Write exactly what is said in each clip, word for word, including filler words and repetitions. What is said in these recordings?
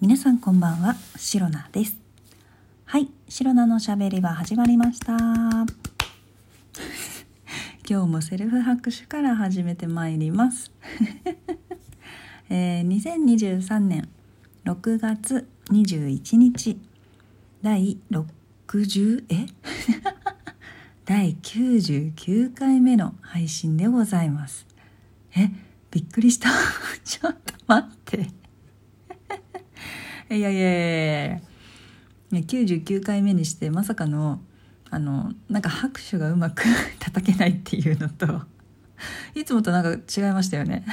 皆さんこんばんは、シロナです。はい、シロナのしゃべりは始まりました今日もセルフ拍手から始めてまいります、えー、にせんにじゅうさんねんろくがつにじゅういちにち第ろくじゅうえ第きゅうじゅうきゅうかいめの配信でございます。え、びっくりしたちょっと待っていやいやいやいやきゅうじゅうきゅうかいめにしてまさかのあのなんか拍手がうまく叩けないっていうのと、いつもとなんか違いましたよね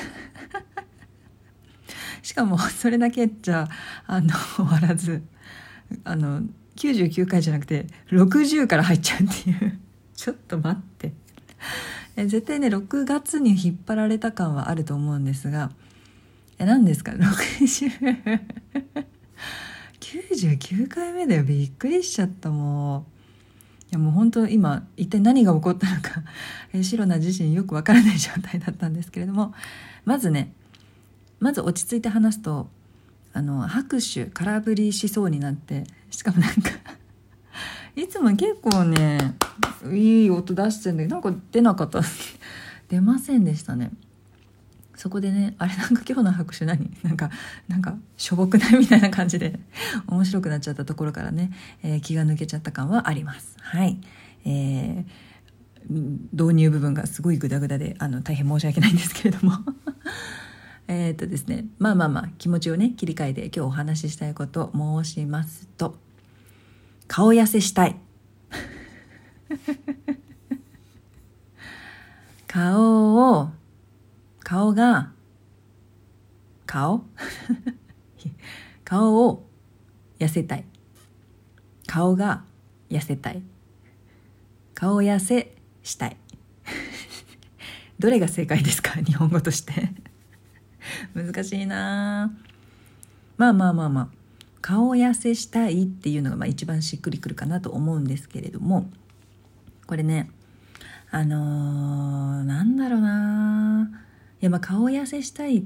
しかもそれだけじゃあの終わらず、あのきゅうじゅうきゅうかいじゃなくてろくじゅうから入っちゃうっていうちょっと待ってえ絶対ねろくがつに引っ張られた感はあると思うんですが、え何ですかろくじゅうきゅうじゅうきゅうかいめだよ。びっくりしちゃった。もういやもう本当今一体何が起こったのかえシロナ自身よくわからない状態だったんですけれども、まずねまず落ち着いて話すと、あの拍手空振りしそうになって、しかもなんかいつも結構ねいい音出してるんだけど、なんか出なかった出ませんでしたね。そこでね、あれなんか今日の拍手何なんかなんかしょぼくないみたいな感じで面白くなっちゃったところからね、えー、気が抜けちゃった感はあります。はい、えー、導入部分がすごいグダグダであの大変申し訳ないんですけれどもえっとですねまあまあまあ気持ちをね切り替えて今日お話ししたいことを申しますと、顔痩せしたい顔を顔が顔顔を痩せたい。顔が痩せたい。顔痩せしたいどれが正解ですか日本語として難しいな。まあまあまあまあ顔痩せしたいっていうのがまあ一番しっくりくるかなと思うんですけれども、これねあのー、なんだろうないやまあ顔痩せしたいって、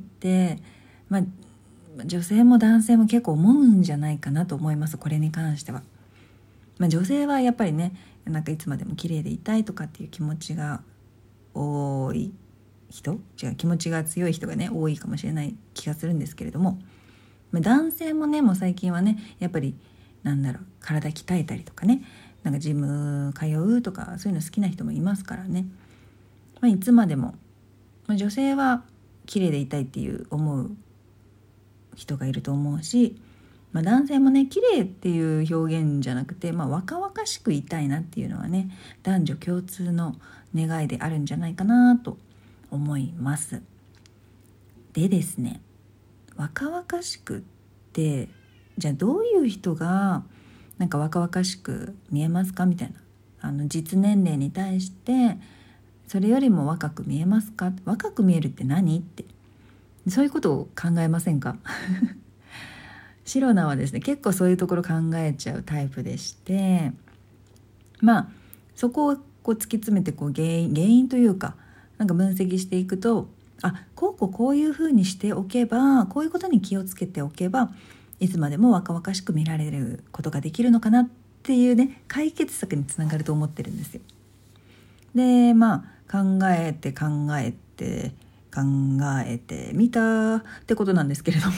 まあ、女性も男性も結構思うんじゃないかなと思います。これに関しては、まあ、女性はやっぱりねなんかいつまでも綺麗でいたいとかっていう気持ちが多い人違う気持ちが強い人がね多いかもしれない気がするんですけれども、まあ、男性もねもう最近はねやっぱりなんだろう体鍛えたりとかね、なんかジム通うとかそういうの好きな人もいますからね、まあ、いつまでも、まあ、女性は綺麗でいたいっていう思う人がいると思うし、まあ、男性もね綺麗っていう表現じゃなくて、まあ、若々しくいたいなっていうのはね男女共通の願いであるんじゃないかなと思います。でですね、若々しくってじゃあどういう人がなんか若々しく見えますかみたいな、あの実年齢に対してそれよりも若く見えますか、若く見えるって何ってそういうことを考えませんかシロナはですね結構そういうところ考えちゃうタイプでして、まあそこをこう突き詰めてこう原因原因というかなんか分析していくと、あこうこうこういうふうにしておけば、こういうことに気をつけておけばいつまでも若々しく見られることができるのかなっていうね解決策につながると思ってるんですよ。でまあ考えて考えて考えてみたってことなんですけれども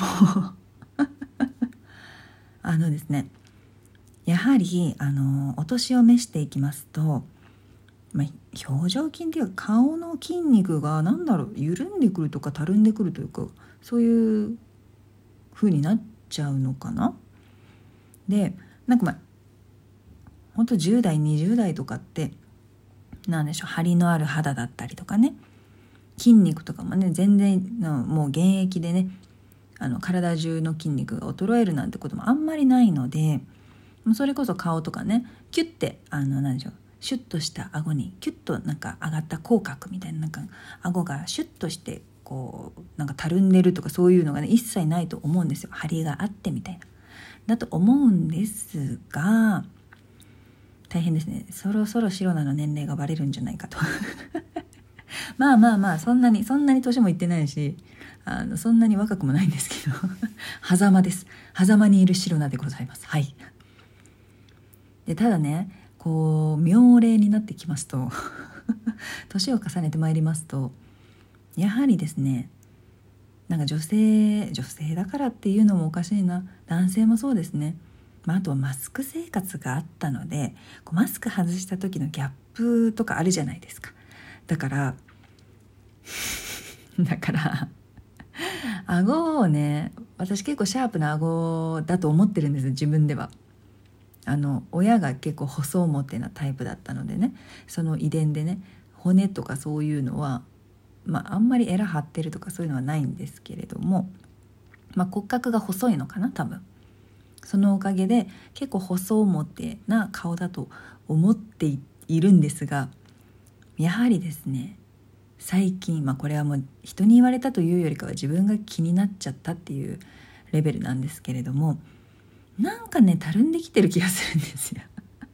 あのですねやはりあのお年を召していきますと、まあ、表情筋っていうか顔の筋肉がなんだろう緩んでくるとかたるんでくるというかそういう風になっちゃうのかな。でなんかまあほんとじゅう代にじゅう代とかってなんでしょう張りのある肌だったりとかね、筋肉とかもね全然もう現役でねあの体中の筋肉が衰えるなんてこともあんまりないので、それこそ顔とかねキュッてあの何でしょうシュッとした顎にキュッとなんか上がった口角みたいな、なんか顎がシュッとしてこうなんかたるんでるとかそういうのがね一切ないと思うんですよ。張りがあってみたいなだと思うんですが、大変ですね。そろそろシロナの年齢がバレるんじゃないかとまあまあまあそんなにそんなに年もいってないし、 あのそんなに若くもないんですけど狭間です。狭間にいるシロナでございます。はい。でただね、こう妙齢になってきますと年を重ねてまいりますと、やはりですね、なんか女性女性だからっていうのもおかしいな、男性もそうですね、まあ、あとはマスク生活があったので、こうマスク外した時のギャップとかあるじゃないですか。だからだから顎をね、私結構シャープな顎だと思ってるんです、自分では。あの親が結構細表なタイプだったのでね、その遺伝でね、骨とかそういうのは、まあ、あんまりエラ張ってるとかそういうのはないんですけれども、まあ、骨格が細いのかな多分。そのおかげで結構細表な顔だと思っているんですが、やはりですね、最近、まあ、これはもう人に言われたというよりかは自分が気になっちゃったっていうレベルなんですけれども、なんかね、たるんできてる気がするんですよ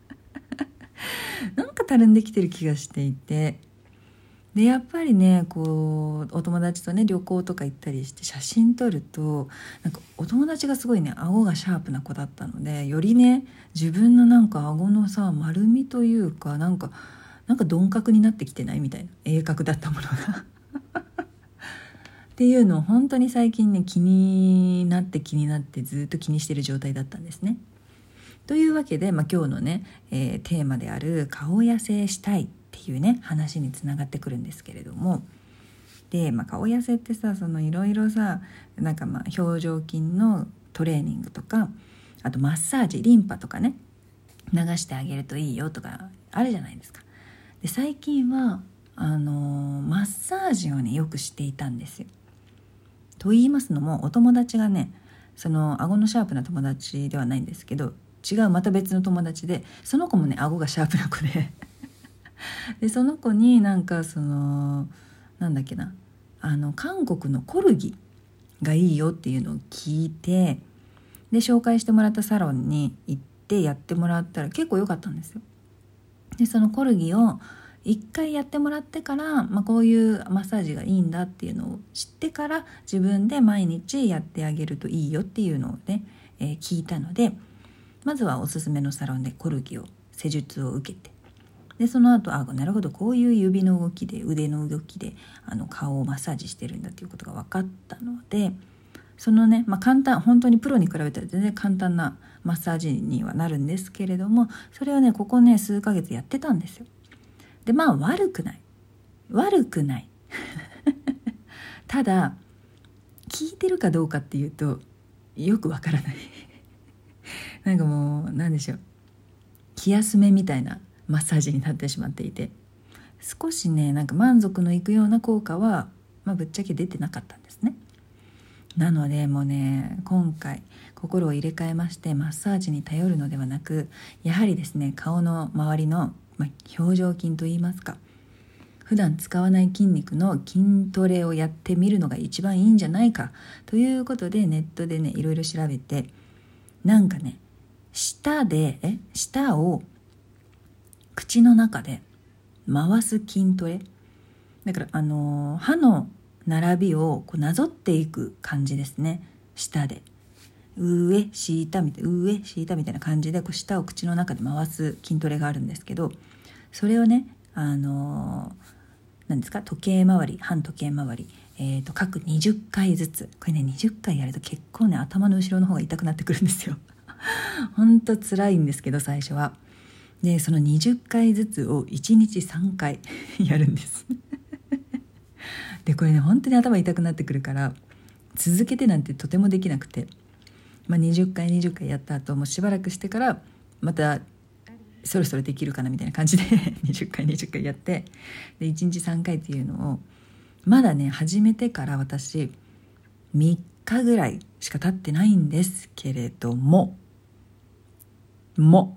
なんかたるんできてる気がしていて、でやっぱりね、こうお友達とね旅行とか行ったりして写真撮ると、なんかお友達がすごいね顎がシャープな子だったので、よりね自分のなんか顎のさ丸みというか、なんかなんか鈍角になってきてないみたいな、鋭角だったものがっていうのを本当に最近ね気になって気になってずっと気にしている状態だったんですね。というわけで、まあ、今日のね、えー、テーマである顔痩せしたいっていうね話につながってくるんですけれども、で、まあ、顔痩せってさ、そのいろいろさ、なんかまあ表情筋のトレーニングとか、あとマッサージ、リンパとかね流してあげるといいよとかあるじゃないですか。で最近はあのー、マッサージをねよくしていたんですよ。と言いますのも、お友達がね、その顎のシャープな友達ではないんですけど、違うまた別の友達で、その子もね顎がシャープな子ででその子になんかそのなんだっけな、あの韓国のコルギがいいよっていうのを聞いて、で紹介してもらったサロンに行ってやってもらったら結構良かったんですよ。でそのコルギを一回やってもらってから、まあ、こういうマッサージがいいんだっていうのを知ってから、自分で毎日やってあげるといいよっていうのをね、えー、聞いたので、まずはおすすめのサロンでコルギを施術を受けて、でその後、あ、なるほど、こういう指の動きで腕の動きであの顔をマッサージしてるんだっていうことが分かったので、そのね、まあ、簡単、本当にプロに比べたら全然簡単なマッサージにはなるんですけれども、それをねここね数ヶ月やってたんですよ。でまあ悪くない悪くないただ効いてるかどうかっていうとよくわからないなんかもうなんでしょう、気休めみたいなマッサージになってしまっていて、少しねなんか満足のいくような効果は、まあ、ぶっちゃけ出てなかったんですね。なのでもうね、今回心を入れ替えまして、マッサージに頼るのではなく、やはりですね顔の周りの、まあ、表情筋といいますか、普段使わない筋肉の筋トレをやってみるのが一番いいんじゃないかということで、ネットでねいろいろ調べて、なんかね舌でえ舌を口の中で回す筋トレだから、あのー、歯の並びをこうなぞっていく感じですね。舌で上下みたいな上下みたいな感じでこう舌を口の中で回す筋トレがあるんですけど、それをね、あのー、何ですか、時計回り、半時計回り、えーと各にじゅっかいずつ、これねにじゅっかいやると結構ね頭の後ろの方が痛くなってくるんですよほんと辛いんですけど最初は。でそのにじゅっかいずつをいちにちさんかいやるんですでこれね本当に頭痛くなってくるから続けてなんてとてもできなくて、まあ、にじゅっかいにじゅっかいやった後もうしばらくしてからまたそろそろできるかなみたいな感じでにじゅっかいにじゅっかいやって、でいちにちさんかいっていうのをまだね始めてから私みっかぐらいしか経ってないんですけれどもも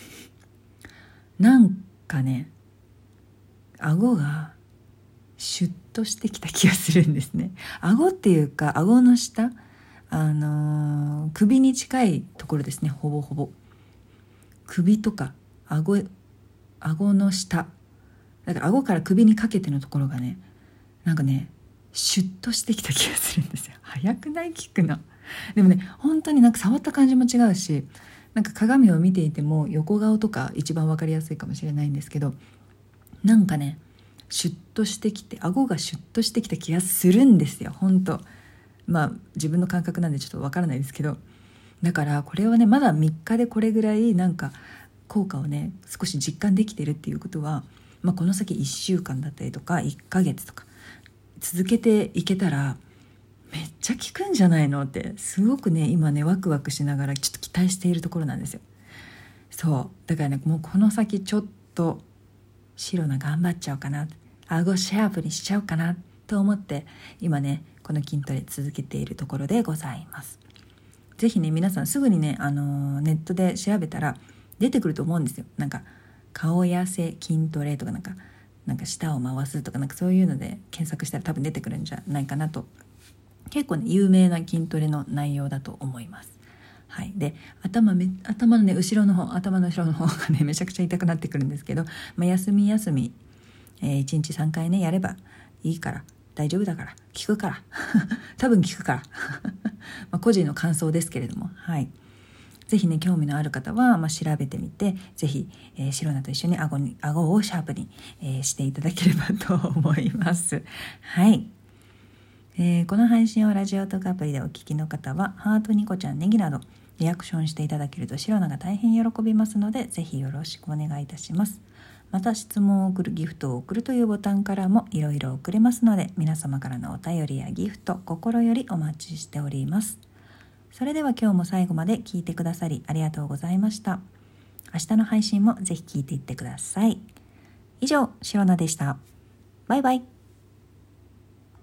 なんかね顎がシュッとしてきた気がするんですね。顎っていうか顎の下、あのー、首に近いところですね。ほぼほぼ首とか顎顎の下だから、顎から首にかけてのところがね、なんかねシュッとしてきた気がするんですよ。早くない？聞くの。でもね、本当になんか触った感じも違うし、なんか鏡を見ていても横顔とか一番わかりやすいかもしれないんですけど、なんかねシュッとしてきて、顎がシュッとしてきた気がするんですよ。本当まあ自分の感覚なんでちょっとわからないですけど、だからこれはねまだみっかでこれぐらいなんか効果をね少し実感できてるっていうことは、まあ、この先いっしゅうかんだったりとかいっかげつとか続けていけたらめっちゃ効くんじゃないのってすごくね今ねワクワクしながらちょっと期待しているところなんですよ。そうだからね、もうこの先ちょっとシロナ頑張っちゃおうかな、顎シャープにしちゃおうかなと思って今ねこの筋トレ続けているところでございます。ぜひね皆さんすぐにね、あのー、ネットで調べたら出てくると思うんですよ。なんか顔痩せ筋トレとかなんかなんか舌を回すとかなんかそういうので検索したら多分出てくるんじゃないかなと。結構ね有名な筋トレの内容だと思います。はい、で 頭, め頭のね後ろの方頭の後ろの方がねめちゃくちゃ痛くなってくるんですけど、まあ、休み休み、えー、いちにちさんかいねやればいいから大丈夫だから効くから多分効くからまあ個人の感想ですけれども、はい、ぜひね興味のある方は、まあ、調べてみてぜひ、えー、シロナと一緒に 顎, に顎をシャープに、えー、していただければと思います。はい、えー、この配信をラジオトークアプリでお聞きの方はハート、ニコちゃん、ネギなどリアクションしていただけるとシロナが大変喜びますのでぜひよろしくお願いいたします。また質問を送る、ギフトを送るというボタンからもいろいろ送れますので皆様からのお便りやギフト心よりお待ちしております。それでは今日も最後まで聞いてくださりありがとうございました。明日の配信もぜひ聞いていってください。以上、シロナでした。バイバイ。